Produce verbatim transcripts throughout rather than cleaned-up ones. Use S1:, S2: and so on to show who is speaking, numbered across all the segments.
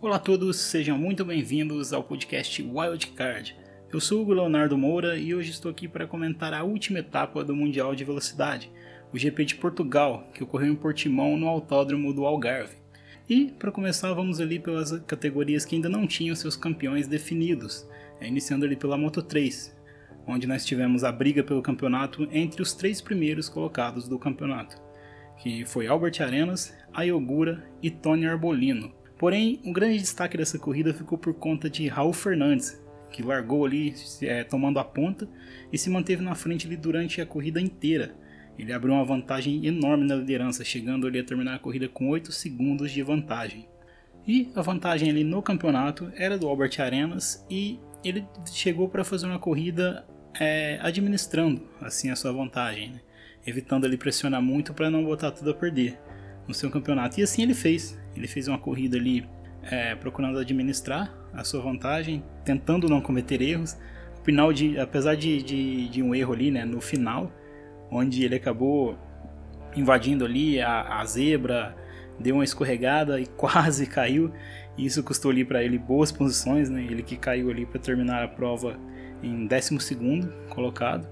S1: Olá a todos, sejam muito bem-vindos ao podcast Wildcard. Eu sou o Leonardo Moura e hoje estou aqui para comentar a última etapa do Mundial de Velocidade, o G P de Portugal, que ocorreu em Portimão no Autódromo do Algarve. E, para começar, vamos ali pelas categorias que ainda não tinham seus campeões definidos, iniciando ali pela Moto três, onde nós tivemos a briga pelo campeonato entre os três primeiros colocados do campeonato, que foi Albert Arenas, Ayogura e Tony Arbolino. Porém, um grande destaque dessa corrida ficou por conta de Raul Fernandes, que largou ali é, tomando a ponta e se manteve na frente ali durante a corrida inteira. Ele abriu uma vantagem enorme na liderança, chegando ali a terminar a corrida com oito segundos de vantagem. E a vantagem ali no campeonato era do Albert Arenas e ele chegou para fazer uma corrida é, administrando assim a sua vantagem, né? Evitando ali pressionar muito para não botar tudo a perder no seu campeonato. E assim ele fez. Ele fez uma corrida ali é, procurando administrar a sua vantagem, tentando não cometer erros. Final de, apesar de, de, de um erro ali, né, no final, onde ele acabou invadindo ali a, a zebra, deu uma escorregada e quase caiu. E isso custou ali para ele boas posições, né? Ele que caiu ali para terminar a prova em décimo segundo colocado.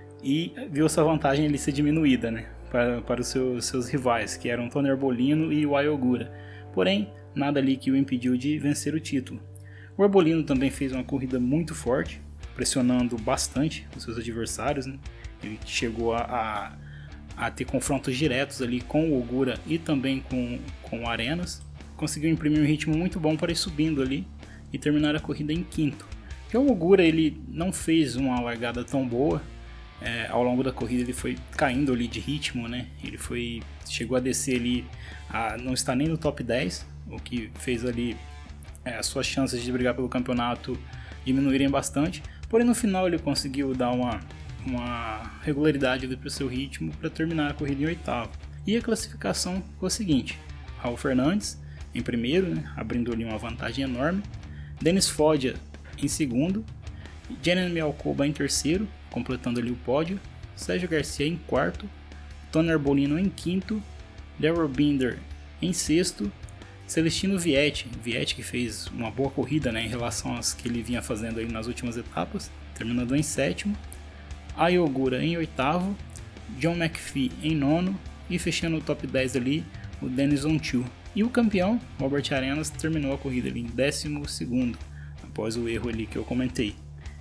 S1: E viu sua vantagem ali ser diminuída, né, para, para os seus, seus rivais, que eram Tony Arbolino e o Ayogura. Porém, nada ali que o impediu de vencer o título. O Arbolino também fez uma corrida muito forte, pressionando bastante os seus adversários, né? Ele chegou a, a, a ter confrontos diretos ali com o Ogura e também com, com o Arenas. Conseguiu imprimir um ritmo muito bom para ir subindo ali e terminar a corrida em quinto. Já o Ogura, ele não fez uma largada tão boa. É, ao longo da corrida ele foi caindo ali de ritmo, né? Ele foi, chegou a descer ali, a não estar nem no top dez, o que fez ali é, as suas chances de brigar pelo campeonato diminuírem bastante. Porém no final ele conseguiu dar uma, uma regularidade para o seu ritmo para terminar a corrida em oitavo. E a classificação foi a seguinte: Raul Fernandes em primeiro, né, abrindo ali uma vantagem enorme, Denis Foggia em segundo, Jenan Mialcoba em terceiro, completando ali o pódio, Sérgio Garcia em quarto, Tony Arbolino em quinto, Darrell Binder em sexto, Celestino Vietti, Vietti que fez uma boa corrida, né, em relação às que ele vinha fazendo aí nas últimas etapas, terminando em sétimo, Ayogura em oitavo, John McPhee em nono e fechando o top dez ali o Dennis Ontiu. E o campeão, Albert Arenas, terminou a corrida ali em décimo segundo, após o erro ali que eu comentei.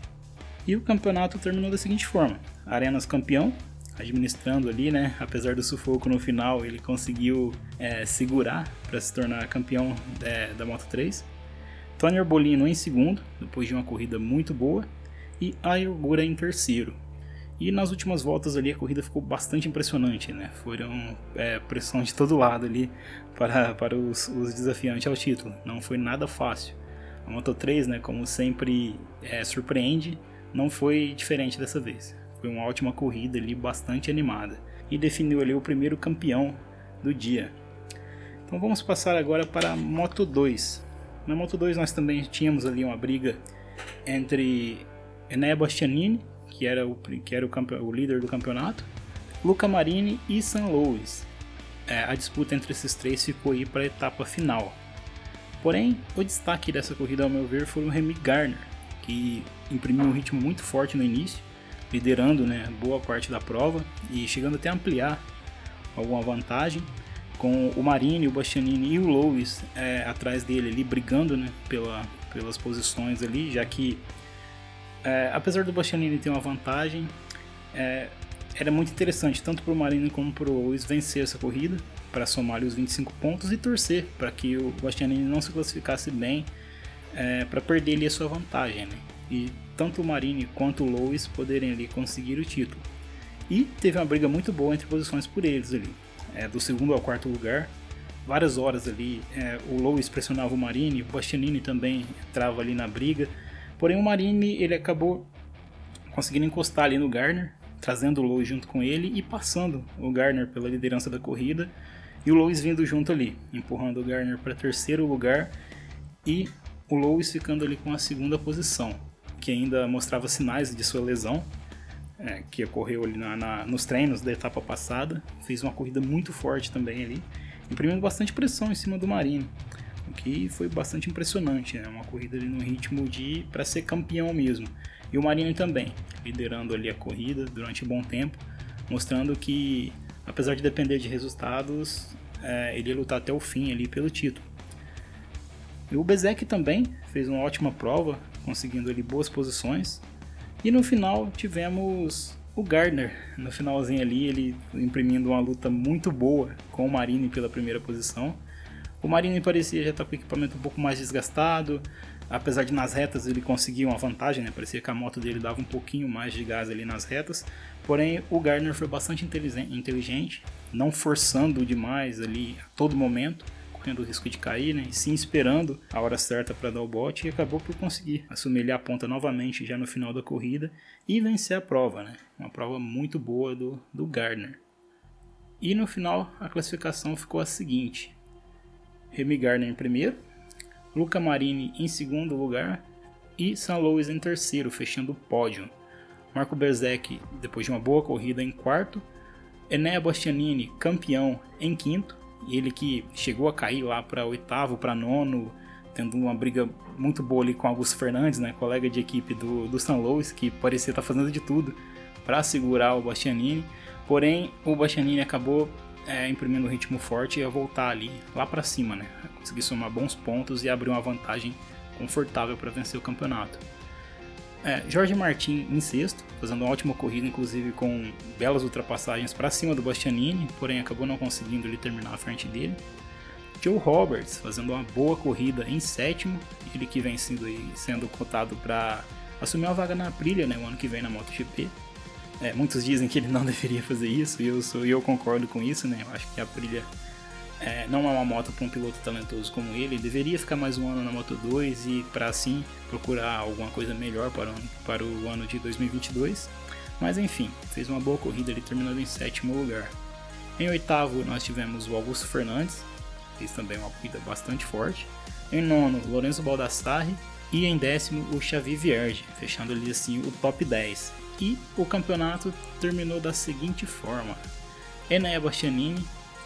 S1: E o campeonato terminou da seguinte forma: Arenas campeão, administrando ali, né? Apesar do sufoco no final, ele conseguiu é, segurar para se tornar campeão é, da Moto três. Tony Arbolino em segundo, depois de uma corrida muito boa, e Ayogura em terceiro. E nas últimas voltas ali a corrida ficou bastante impressionante, né? Foram é, pressão de todo lado ali para, para os, os desafiantes ao título. Não foi nada fácil. A Moto três, né, como sempre, é, surpreende. Não foi diferente dessa vez. Foi uma ótima corrida ali, bastante animada. E definiu ali o primeiro campeão do dia. Então vamos passar agora para a Moto dois. Na Moto dois nós também tínhamos ali uma briga entre Enea Bastianini, que era o, que era o, campe, o líder do campeonato, Luca Marini e Sam Lowes. É, a disputa entre esses três ficou aí para a etapa final. Porém, o destaque dessa corrida, ao meu ver, foi o Remy Gardner, que imprimiu um ritmo muito forte no início, liderando, né, boa parte da prova e chegando até a ampliar alguma vantagem, com o Marini, o Bastianini e o Lowes é, atrás dele ali, brigando, né, pela, pelas posições ali, já que é, apesar do Bastianini ter uma vantagem, é, era muito interessante tanto para o Marini como para o Lowes vencer essa corrida, para somar ali os vinte e cinco pontos e torcer para que o Bastianini não se classificasse bem, É, para perder ali a sua vantagem, né? E tanto o Marini quanto o Lowes poderem ali conseguir o título. E teve uma briga muito boa entre posições por eles ali, é, do segundo ao quarto lugar, várias horas ali, é, o Lowes pressionava o Marini, o Bastianini também entrava ali na briga, porém o Marini ele acabou conseguindo encostar ali no Gardner, trazendo o Lowes junto com ele e passando o Gardner pela liderança da corrida, e o Lowes vindo junto ali, empurrando o Gardner para terceiro lugar e o Lowes ficando ali com a segunda posição, que ainda mostrava sinais de sua lesão, é, que ocorreu ali na, na, nos treinos da etapa passada. Fez uma corrida muito forte também ali, imprimindo bastante pressão em cima do Marini. o que foi bastante impressionante, né? Uma corrida ali no ritmo de para ser campeão mesmo. E o Marini também, liderando ali a corrida durante um bom tempo, mostrando que, apesar de depender de resultados, é, ele ia lutar até o fim ali pelo título. E o Bezzecchi também fez uma ótima prova, conseguindo ali boas posições. E no final tivemos o Gardner, no finalzinho ali, ele imprimindo uma luta muito boa com o Marini pela primeira posição. O Marini parecia já estar com o equipamento um pouco mais desgastado, apesar de nas retas ele conseguir uma vantagem, né? Parecia que a moto dele dava um pouquinho mais de gás ali nas retas. Porém, o Gardner foi bastante inteligente, não forçando demais ali a todo momento, correndo o risco de cair, né? E sim esperando a hora certa para dar o bote, e acabou por conseguir assumir a ponta novamente já no final da corrida e vencer a prova, né? Uma prova muito boa do, do Gardner. E no final a classificação ficou a seguinte: Remy Gardner em primeiro, Luca Marini em segundo lugar e San Luis em terceiro, fechando o pódio. Marco Bezzecchi, depois de uma boa corrida, em quarto. Enea Bastianini, campeão, em quinto. Ele que chegou a cair lá para oitavo, para nono, tendo uma briga muito boa ali com Augusto Fernandes, né, colega de equipe do, do San Luis, que parecia estar fazendo de tudo para segurar o Bastianini. Porém, o Bastianini acabou é, imprimindo um ritmo forte e ia voltar ali, lá para cima, né? Conseguir somar bons pontos e abrir uma vantagem confortável para vencer o campeonato. É, Jorge Martin em sexto, fazendo uma ótima corrida, inclusive com belas ultrapassagens para cima do Bastianini, porém acabou não conseguindo ele terminar à frente dele. Joe Roberts fazendo uma boa corrida em sétimo, ele que vem sendo, sendo cotado para assumir uma vaga na Aprilia, né, o ano que vem na MotoGP. É, muitos dizem que ele não deveria fazer isso, e eu, sou, eu concordo com isso, né? Eu acho que a Aprilia é, não é uma moto para um piloto talentoso como ele, ele deveria ficar mais um ano na Moto dois e para assim procurar alguma coisa melhor para o, para o ano de dois mil e vinte e dois. Mas enfim, fez uma boa corrida, ele terminando em sétimo lugar. Em oitavo nós tivemos o Augusto Fernandes, fez também uma corrida bastante forte. Em nono, Lorenzo Baldassarri, e em décimo o Xavi Vierge, fechando ali assim o top dez. E o campeonato terminou da seguinte forma: Enea Bastianini,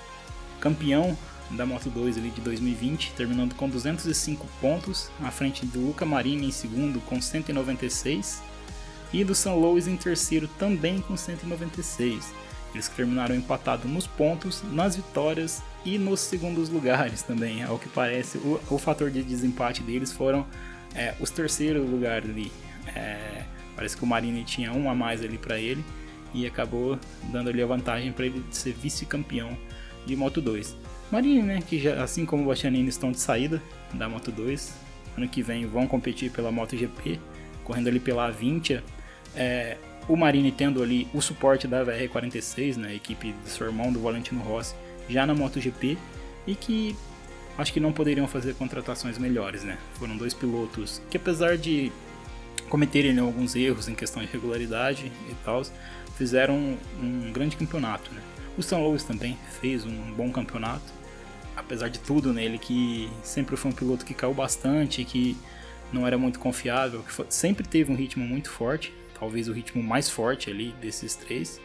S1: campeão da Moto dois ali de dois mil e vinte, terminando com duzentos e cinco pontos, à frente do Luca Marini em segundo com cento e noventa e seis, e do San Luis em terceiro também com cento e noventa e seis. Eles terminaram empatados nos pontos, nas vitórias e nos segundos lugares também. Ao que parece, o, o fator de desempate deles foram é, os terceiros lugares ali. É, parece que o Marini tinha um a mais ali para ele e acabou dando ali a vantagem para ele ser vice-campeão de Moto dois. Marini, né, que já, assim como o Bastianini, estão de saída da Moto dois. Ano que vem vão competir pela MotoGP, correndo ali pela Avintia. É, o Marini tendo ali o suporte da V R quarenta e seis, né, a equipe do seu irmão, do Valentino Rossi, já na MotoGP, e que acho que não poderiam fazer contratações melhores, né? Foram dois pilotos que, apesar de cometerem alguns erros em questão de regularidade e tal, fizeram um, um grande campeonato, né? O San Luis também fez um bom campeonato, apesar de tudo, né, ele que sempre foi um piloto que caiu bastante, que não era muito confiável, que foi, sempre teve um ritmo muito forte, talvez o ritmo mais forte ali desses três,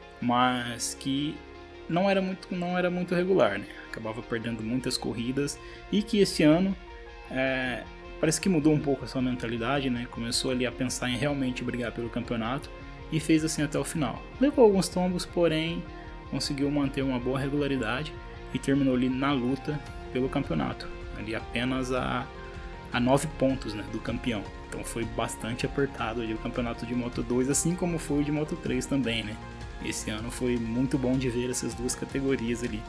S1: mas que não era muito, não era muito regular, né? Acabava perdendo muitas corridas, e que esse ano é, parece que mudou um pouco a sua mentalidade, né? Começou ali a pensar em realmente brigar pelo campeonato e fez assim até o final. Levou alguns tombos, porém conseguiu manter uma boa regularidade e terminou ali na luta pelo campeonato, ali apenas a, a nove pontos, né, do campeão. Então foi bastante apertado ali o campeonato de Moto dois, assim como foi o de Moto três também, né? Esse ano foi muito bom de ver essas duas categorias ali.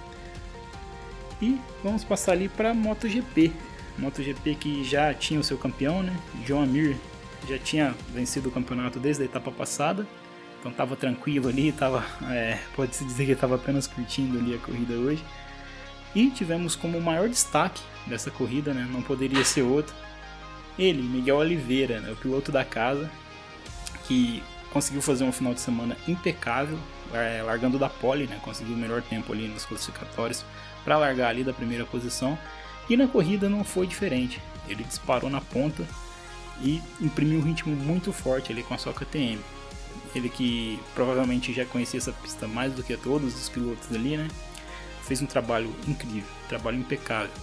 S1: E vamos passar ali para MotoGP. MotoGP que já tinha o seu campeão, né? Joan Mir já tinha vencido o campeonato desde a etapa passada, então estava tranquilo ali, tava, é, pode-se dizer que estava apenas curtindo ali a corrida hoje. E tivemos como maior destaque dessa corrida, né? Não poderia ser outro, ele, Miguel Oliveira, né? O piloto da casa, que conseguiu fazer um final de semana impecável, largando da pole, né? Conseguiu o melhor tempo ali nos classificatórios para largar ali da primeira posição, e na corrida não foi diferente, ele disparou na ponta e imprimiu um ritmo muito forte ali com a sua K T M. Ele que provavelmente já conhecia essa pista mais do que todos os pilotos ali, né? Fez um trabalho incrível, um trabalho impecável.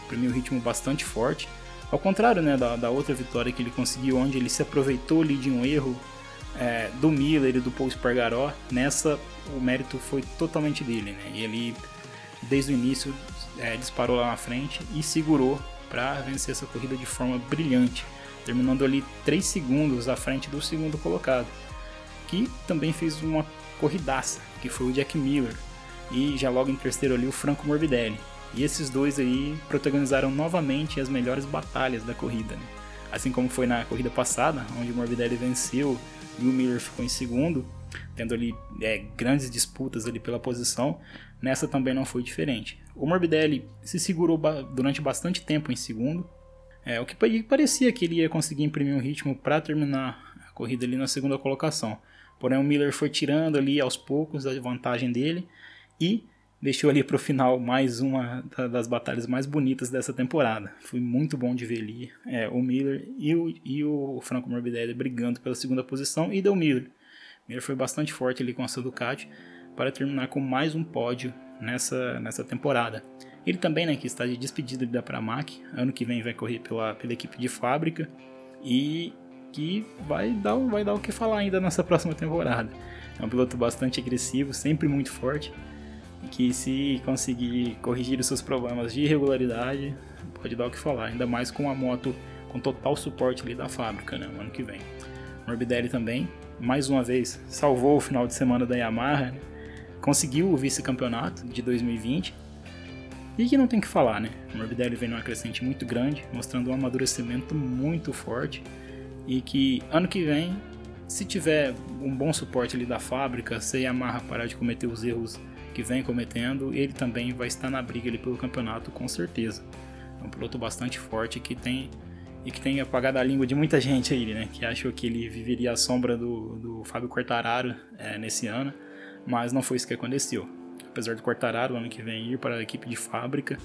S1: imprimiu um ritmo bastante forte. Ao contrário, né, da, da outra vitória que ele conseguiu, onde ele se aproveitou ali de um erro é, do Miller e do Pol Espargaró, nessa o mérito foi totalmente dele, né? E ele, desde o início, é, disparou lá na frente e segurou para vencer essa corrida de forma brilhante, terminando ali três segundos à frente do segundo colocado, que também fez uma corridaça, que foi o Jack Miller, e já logo em terceiro ali o Franco Morbidelli. E esses dois aí protagonizaram novamente as melhores batalhas da corrida, né? Assim como foi na corrida passada, onde o Morbidelli venceu e o Miller ficou em segundo, tendo ali é, grandes disputas ali pela posição, nessa também não foi diferente. O Morbidelli se segurou ba- durante bastante tempo em segundo, é, o que parecia que ele ia conseguir imprimir um ritmo para terminar a corrida ali na segunda colocação. Porém o Miller foi tirando ali aos poucos a vantagem dele e deixou ali para o final mais uma das batalhas mais bonitas dessa temporada. Foi muito bom de ver ali é, o Miller e o, e o Franco Morbidelli brigando pela segunda posição, e deu Miller. O Miller foi bastante forte ali com a sua Ducati para terminar com mais um pódio nessa, nessa temporada. Ele também, né, que está de despedida da Pramac, ano que vem vai correr pela, pela equipe de fábrica e que vai dar, vai dar o que falar ainda nessa próxima temporada. É um piloto bastante agressivo, sempre muito forte, que se conseguir corrigir os seus problemas de irregularidade, pode dar o que falar, ainda mais com a moto com total suporte ali da fábrica, né, no ano que vem. Morbidelli também, mais uma vez, salvou o final de semana da Yamaha, né, conseguiu o vice-campeonato de dois mil e vinte, e que não tem que falar, né, o Morbidelli vem numa crescente muito grande, mostrando um amadurecimento muito forte, e que ano que vem, se tiver um bom suporte ali da fábrica, se a Yamaha parar de cometer os erros que vem cometendo, ele também vai estar na briga ali pelo campeonato com certeza. É um piloto bastante forte que tem, e que tem apagado a língua de muita gente aí, né, que achou que ele viveria à sombra do, do Fábio Quartararo é, nesse ano, mas não foi isso que aconteceu. Apesar do Quartararo ano que vem ir para a equipe de fábrica,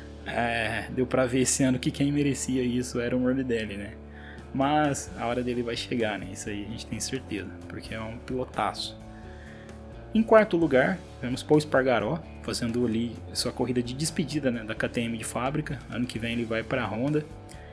S1: é, deu para ver esse ano que quem merecia isso era o Morbidelli, né? Mas a hora dele vai chegar, né? Isso aí a gente tem certeza, porque é um pilotaço. Em quarto lugar, temos Pol Espargaró, fazendo ali sua corrida de despedida, né, da K T M de fábrica. Ano que vem ele vai para a Honda.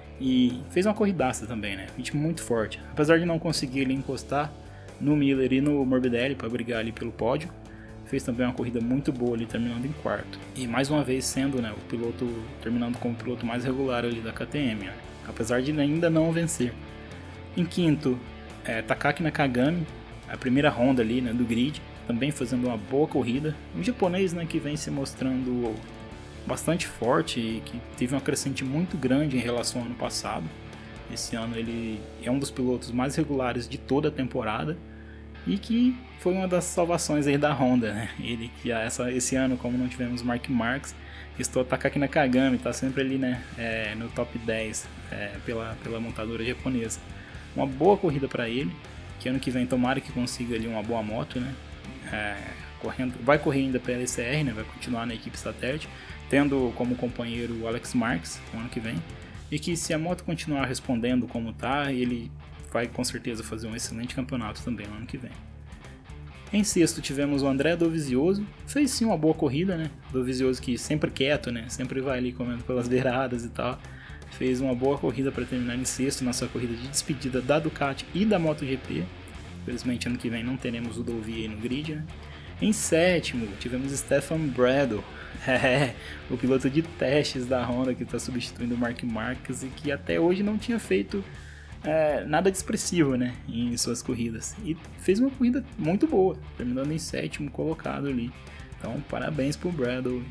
S1: E fez uma corridaça também, né? Ritmo muito forte. Apesar de não conseguir ele encostar no Miller e no Morbidelli para brigar ali pelo pódio, fez também uma corrida muito boa ali, terminando em quarto. E mais uma vez sendo, né, o piloto, terminando como o piloto mais regular ali da K T M, né? Apesar de ainda não vencer. Em quinto, é, Takaki Nakagami, a primeira Honda ali, né, do grid, também fazendo uma boa corrida. Um japonês, né, que vem se mostrando bastante forte e que teve uma crescente muito grande em relação ao ano passado. Esse ano ele é um dos pilotos mais regulares de toda a temporada e que foi uma das salvações aí da Honda, né? Ele que essa, esse ano, como não tivemos Mark Marques, estou Takaki Nakagami, está sempre ali, né, é, no top dez é, pela, pela montadora japonesa. Uma boa corrida para ele, que ano que vem tomara que consiga ali uma boa moto, né? É, correndo, vai correr ainda pela L C R, né, vai continuar na equipe satélite, tendo como companheiro o Alex Marques no ano que vem, e que se a moto continuar respondendo como tá, ele vai com certeza fazer um excelente campeonato também no ano que vem. Em sexto tivemos o André Dovizioso, fez sim uma boa corrida, né, Dovizioso que sempre quieto, né, sempre vai ali comendo pelas beiradas e tal, fez uma boa corrida para terminar em sexto na sua corrida de despedida da Ducati e da MotoGP. Infelizmente ano que vem não teremos o Dovi aí no grid, né? Em sétimo tivemos Stefan Bradl, é, o piloto de testes da Honda que está substituindo o Mark Marques e que até hoje não tinha feito é, nada de expressivo, né, em suas corridas, e fez uma corrida muito boa, terminando em sétimo colocado ali, então parabéns pro Bradl.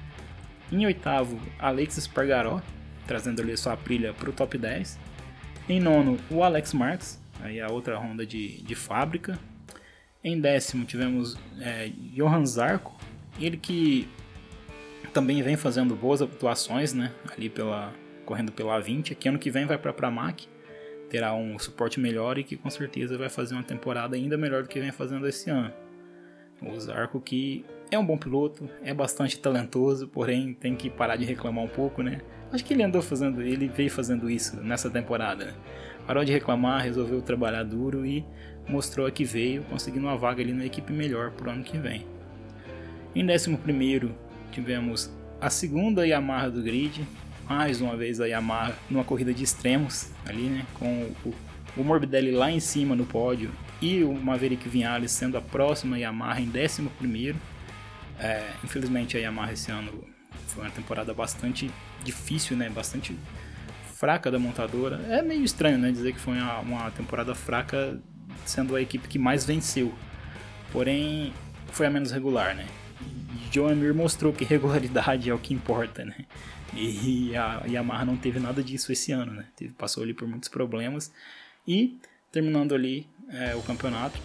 S1: Em oitavo, Alex Espargaró, trazendo ali a sua Aprilia para o top dez. Em nono, o Alex Marques, aí a outra Honda de, de fábrica. Em décimo tivemos é, Johan Zarco, ele que também vem fazendo boas atuações, né, ali pela, correndo pela A vinte, que ano que vem vai para a Pramac, terá um suporte melhor e que com certeza vai fazer uma temporada ainda melhor do que vem fazendo esse ano. O Zarco que é um bom piloto, é bastante talentoso, porém tem que parar de reclamar um pouco, né? Acho que ele andou fazendo, ele veio fazendo isso nessa temporada, né? Parou de reclamar, resolveu trabalhar duro e mostrou que veio, conseguindo uma vaga ali na equipe melhor para o ano que vem. Em décimo primeiro tivemos a segunda Yamaha do grid, mais uma vez a Yamaha numa corrida de extremos ali, né, com o, o Morbidelli lá em cima no pódio e o Maverick Viñales sendo a próxima Yamaha em décimo primeiro. É, infelizmente a Yamaha esse ano foi uma temporada bastante difícil, né, bastante fraca da montadora. É meio estranho, né, dizer que foi uma, uma temporada fraca sendo a equipe que mais venceu, porém foi a menos regular, né. E Joan Mir mostrou que regularidade é o que importa, né, e a Yamaha não teve nada disso esse ano, né, passou ali por muitos problemas e terminando ali é, o campeonato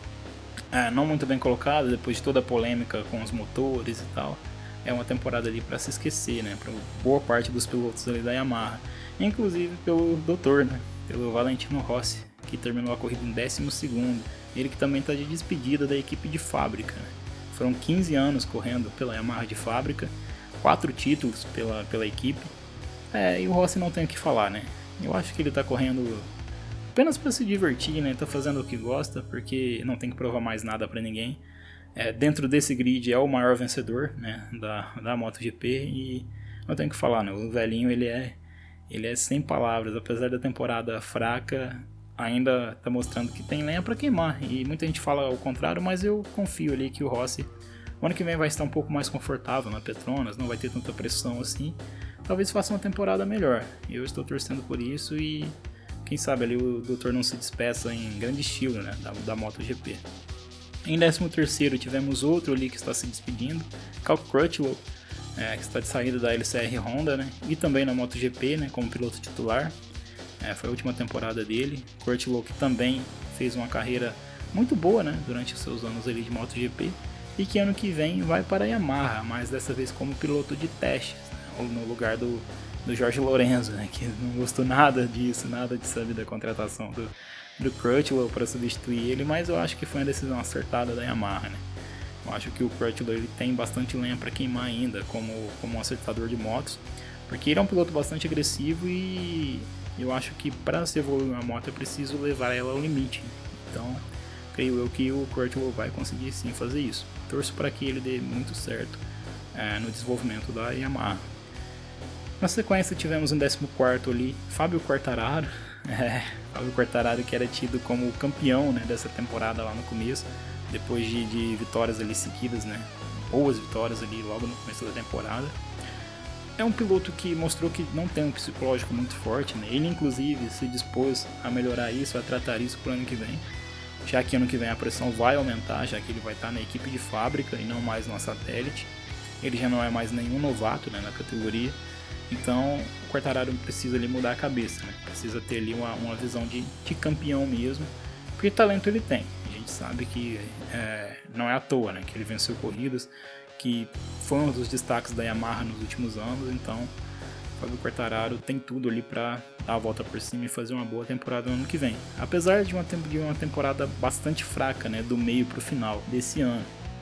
S1: é, não muito bem colocado depois de toda a polêmica com os motores e tal. É uma temporada ali para se esquecer, né, para boa parte dos pilotos ali da Yamaha, inclusive pelo doutor, né, pelo Valentino Rossi, que terminou a corrida em décimo segundo, ele que também está de despedida da equipe de fábrica, né? Foram quinze anos correndo pela Yamaha de fábrica, quatro títulos pela, pela equipe, é, e o Rossi não tem o que falar, né, eu acho que ele está correndo apenas para se divertir, né, tá fazendo o que gosta, porque não tem que provar mais nada para ninguém. É, dentro desse grid é o maior vencedor, né, da, da MotoGP e não tenho o que falar, né, o velhinho ele é, ele é sem palavras, apesar da temporada fraca, ainda está mostrando que tem lenha para queimar e muita gente fala ao contrário, mas eu confio ali que o Rossi o ano que vem vai estar um pouco mais confortável na Petronas, não vai ter tanta pressão assim, talvez faça uma temporada melhor, eu estou torcendo por isso e quem sabe ali o doutor não se despeça em grande estilo, né, da, da MotoGP. Em décimo terceiro tivemos outro ali que está se despedindo, Cal Crutchlow, é, que está de saída da L C R Honda, né, e também na MotoGP, né, como piloto titular. É, foi a última temporada dele. Crutchlow que também fez uma carreira muito boa, né, durante os seus anos ali de MotoGP e que ano que vem vai para a Yamaha, mas dessa vez como piloto de testes, né, no lugar do, do Jorge Lorenzo, né, que não gostou nada disso, nada de saber da contratação do do Crutchlow para substituir ele, mas eu acho que foi uma decisão acertada da Yamaha, né? Eu acho que o Crutchlow ele tem bastante lenha para queimar ainda como, como um acertador de motos, porque ele é um piloto bastante agressivo e eu acho que para se evoluir uma moto é preciso levar ela ao limite, né? Então creio eu que o Crutchlow vai conseguir sim fazer isso. Torço para que ele dê muito certo é, no desenvolvimento da Yamaha. Na sequência tivemos em décimo quarto ali Fábio Quartararo. É, Fábio Quartararo que era tido como campeão, né, dessa temporada lá no começo, depois de, de vitórias ali seguidas, né, boas vitórias ali logo no começo da temporada. É um piloto que mostrou que não tem um psicológico muito forte, né, ele inclusive se dispôs a melhorar isso, a tratar isso para o ano que vem, já que ano que vem a pressão vai aumentar, já que ele vai estar na equipe de fábrica e não mais no satélite. Ele já não é mais nenhum novato, né, na categoria. Então o Quartararo precisa ali mudar a cabeça, né? Precisa ter ali uma, uma visão de, de campeão mesmo, porque talento ele tem, a gente sabe que é, não é à toa, né, que ele venceu corridas, que foi um dos destaques da Yamaha nos últimos anos, então o Fábio Quartararo tem tudo ali para dar a volta por cima e fazer uma boa temporada no ano que vem, apesar de uma, de uma temporada bastante fraca, né, do meio para o final desse ano.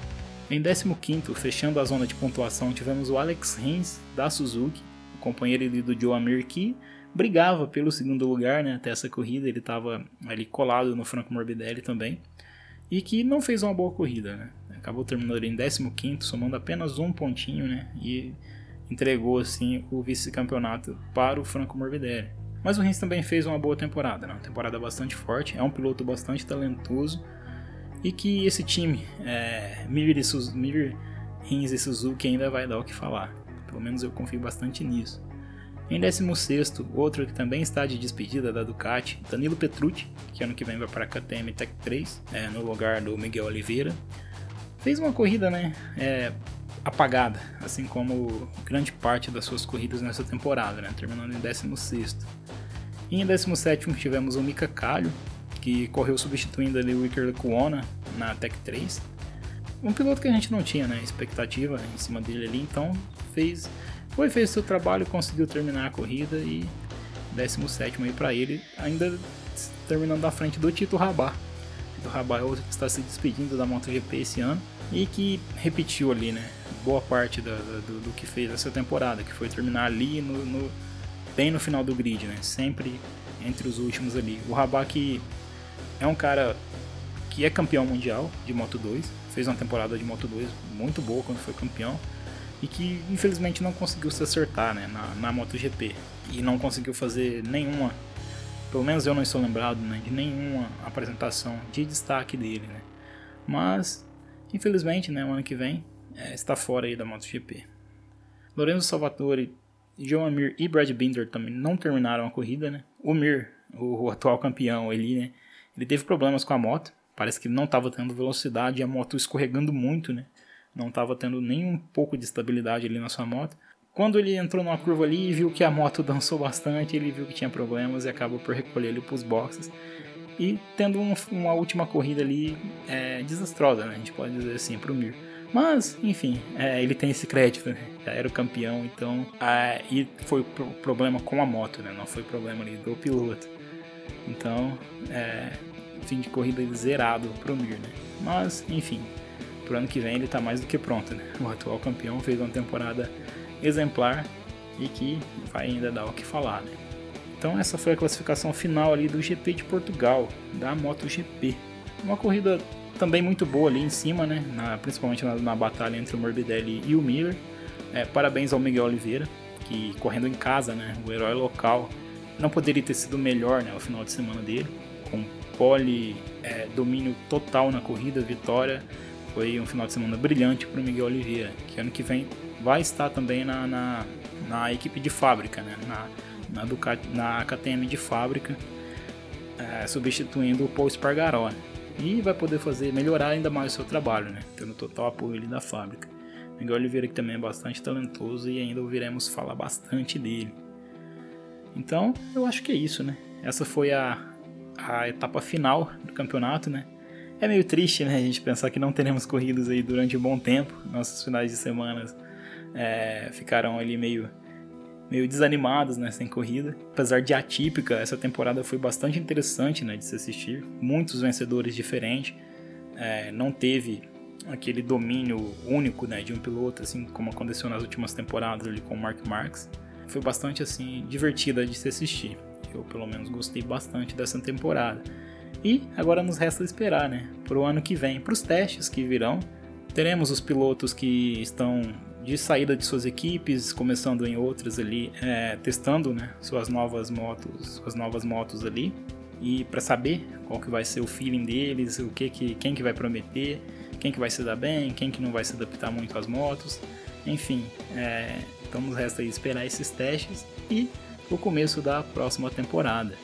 S1: Em décimo quinto, fechando a zona de pontuação, tivemos o Alex Rins da Suzuki, companheiro ali do Joan Mir, que brigava pelo segundo lugar, né, até essa corrida, ele estava ali colado no Franco Morbidelli também, e que não fez uma boa corrida, né, acabou terminando ali em décimo quinto, somando apenas um pontinho, né, e entregou assim o vice-campeonato para o Franco Morbidelli. Mas o Rins também fez uma boa temporada, né, uma temporada bastante forte, é um piloto bastante talentoso, e que esse time, é, Mir, e Mir, Rins e Suzuki ainda vai dar o que falar. Pelo menos eu confio bastante nisso. Em décimo sexto, outro que também está de despedida da Ducati, Danilo Petrucci, que ano que vem vai para a K T M Tech três, é, no lugar do Miguel Oliveira. Fez uma corrida, né, é, apagada, assim como grande parte das suas corridas nessa temporada, né, terminando em décimo sexto. E em décimo sétimo tivemos o Mika Kallio, que correu substituindo ali o Iker Lecuona na Tech três. Um piloto que a gente não tinha, né, expectativa em cima dele ali, então fez, foi, fez seu trabalho, conseguiu terminar a corrida e décimo sétimo aí para ele, ainda terminando à frente do Tito Rabat. Tito Rabat é outro que está se despedindo da MotoGP esse ano e que repetiu ali, né, boa parte da, da, do, do que fez essa temporada, que foi terminar ali no, no, bem no final do grid, né, sempre entre os últimos ali. O Rabat que é um cara que é campeão mundial de Moto dois, fez uma temporada de Moto dois muito boa quando foi campeão, e que infelizmente não conseguiu se acertar, né, na, na MotoGP e não conseguiu fazer nenhuma, pelo menos eu não estou lembrado, né, de nenhuma apresentação de destaque dele, né, mas infelizmente, né, o ano que vem é, está fora aí da MotoGP. Lorenzo Salvatore, Joan Mir e Brad Binder também não terminaram a corrida, né? O Mir, o, o atual campeão, ele, né, ele teve problemas com a moto, parece que não estava tendo velocidade, a moto escorregando muito, né? Não estava tendo nem um pouco de estabilidade ali na sua moto. Quando ele entrou numa curva ali e viu que a moto dançou bastante, ele viu que tinha problemas e acabou por recolher ele para os boxes. E tendo um, uma última corrida ali é, desastrosa, né? A gente pode dizer assim, para o Mir. Mas, enfim, é, ele tem esse crédito, né? Já era o campeão, então... É, e foi pro problema com a moto, né? Não foi problema ali do piloto. Então, é, fim de corrida zerado pro Mir, né? Mas, enfim, pro ano que vem ele tá mais do que pronto, né? O atual campeão fez uma temporada exemplar e que vai ainda dar o que falar, né? Então essa foi a classificação final ali do G P de Portugal, da MotoGP. Uma corrida também muito boa ali em cima, né? Na, principalmente na, na batalha entre o Morbidelli e o Miller. É, parabéns ao Miguel Oliveira, que correndo em casa, né? O herói local. Não poderia ter sido melhor, né? O final de semana dele, com pole, é, domínio total na corrida, vitória. Foi um final de semana brilhante para o Miguel Oliveira, que ano que vem vai estar também na, na, na equipe de fábrica, né? Na, na, Ducati, na K T M de fábrica, é, substituindo o Paul Espargaró. E vai poder fazer, melhorar ainda mais o seu trabalho, né? Tendo total apoio ali da fábrica. Miguel Oliveira, que também é bastante talentoso e ainda ouviremos falar bastante dele. Então, eu acho que é isso, né? Essa foi a, a etapa final do campeonato, né? É meio triste, né? A gente pensar que não teremos corridas aí durante um bom tempo. Nossos finais de semana é, ficaram ali meio... meio desanimados, né, sem corrida. Apesar de atípica, essa temporada foi bastante interessante, né, de se assistir. Muitos vencedores diferentes. É, não teve aquele domínio único, né, de um piloto, assim como aconteceu nas últimas temporadas ali com o Mark Marques. Foi bastante assim divertida de se assistir. Eu pelo menos gostei bastante dessa temporada. E agora nos resta esperar, né, para o ano que vem, para os testes que virão. Teremos os pilotos que estão de saída de suas equipes, começando em outras ali, é, testando, né, suas novas motos, suas novas motos ali, e para saber qual que vai ser o feeling deles, o que que, quem que vai prometer, quem que vai se dar bem, quem que não vai se adaptar muito às motos, enfim, é, então nos resta aí esperar esses testes e o começo da próxima temporada.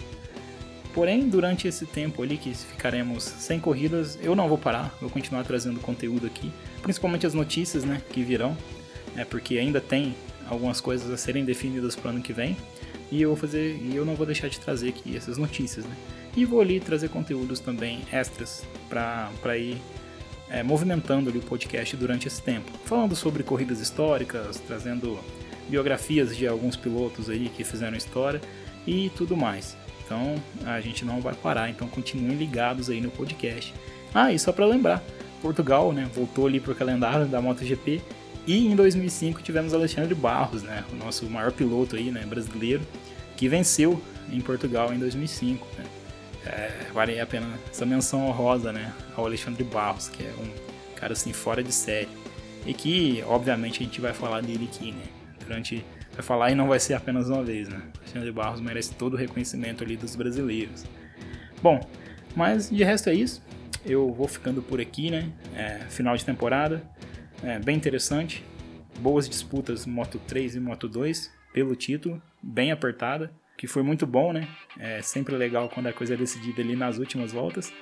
S1: Porém, durante esse tempo ali que ficaremos sem corridas, eu não vou parar, vou continuar trazendo conteúdo aqui, principalmente as notícias, né, que virão. É porque ainda tem algumas coisas a serem definidas para o ano que vem e eu vou fazer e eu não vou deixar de trazer aqui essas notícias, né? E vou ali trazer conteúdos também extras para ir é, movimentando ali o podcast durante esse tempo, falando sobre corridas históricas, trazendo biografias de alguns pilotos aí que fizeram história e tudo mais. Então a gente não vai parar, então continuem ligados aí no podcast. Ah, e só para lembrar, Portugal, né, voltou ali para o calendário da MotoGP. E em dois mil e cinco tivemos Alexandre Barros, né, o nosso maior piloto aí, né, brasileiro, que venceu em Portugal em dois mil e cinco. Né. É, vale a pena essa menção honrosa, né, ao Alexandre Barros, que é um cara assim fora de série. E que, obviamente, a gente vai falar dele aqui, né, durante, vai falar e não vai ser apenas uma vez, né. Alexandre Barros merece todo o reconhecimento ali dos brasileiros. Bom, mas de resto é isso. Eu vou ficando por aqui, né, é, final de temporada. É, bem interessante, boas disputas Moto três e Moto dois pelo título, bem apertada, que foi muito bom, né? É sempre legal quando a coisa é decidida ali nas últimas voltas.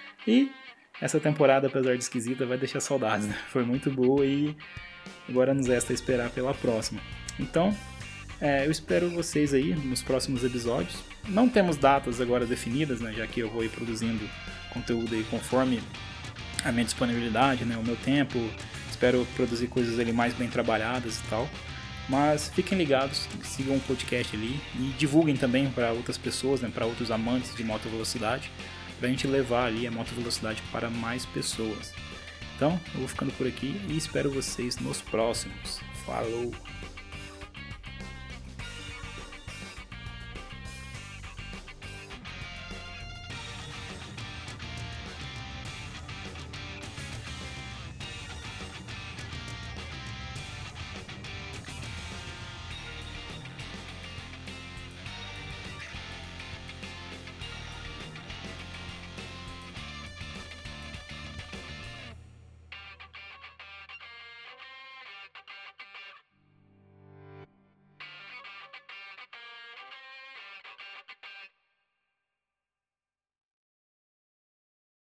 S1: E essa temporada, apesar de esquisita, vai deixar saudades, né? Foi muito boa e agora nos resta esperar pela próxima. Então, é, eu espero vocês aí nos próximos episódios. Não temos datas agora definidas, né? Já que eu vou ir produzindo conteúdo aí conforme a minha disponibilidade, né? O meu tempo. Espero produzir coisas ali mais bem trabalhadas e tal. Mas fiquem ligados, sigam o podcast ali e divulguem também para outras pessoas, né, para outros amantes de moto velocidade, para a gente levar ali a moto velocidade para mais pessoas. Então, eu vou ficando por aqui e espero vocês nos próximos. Falou!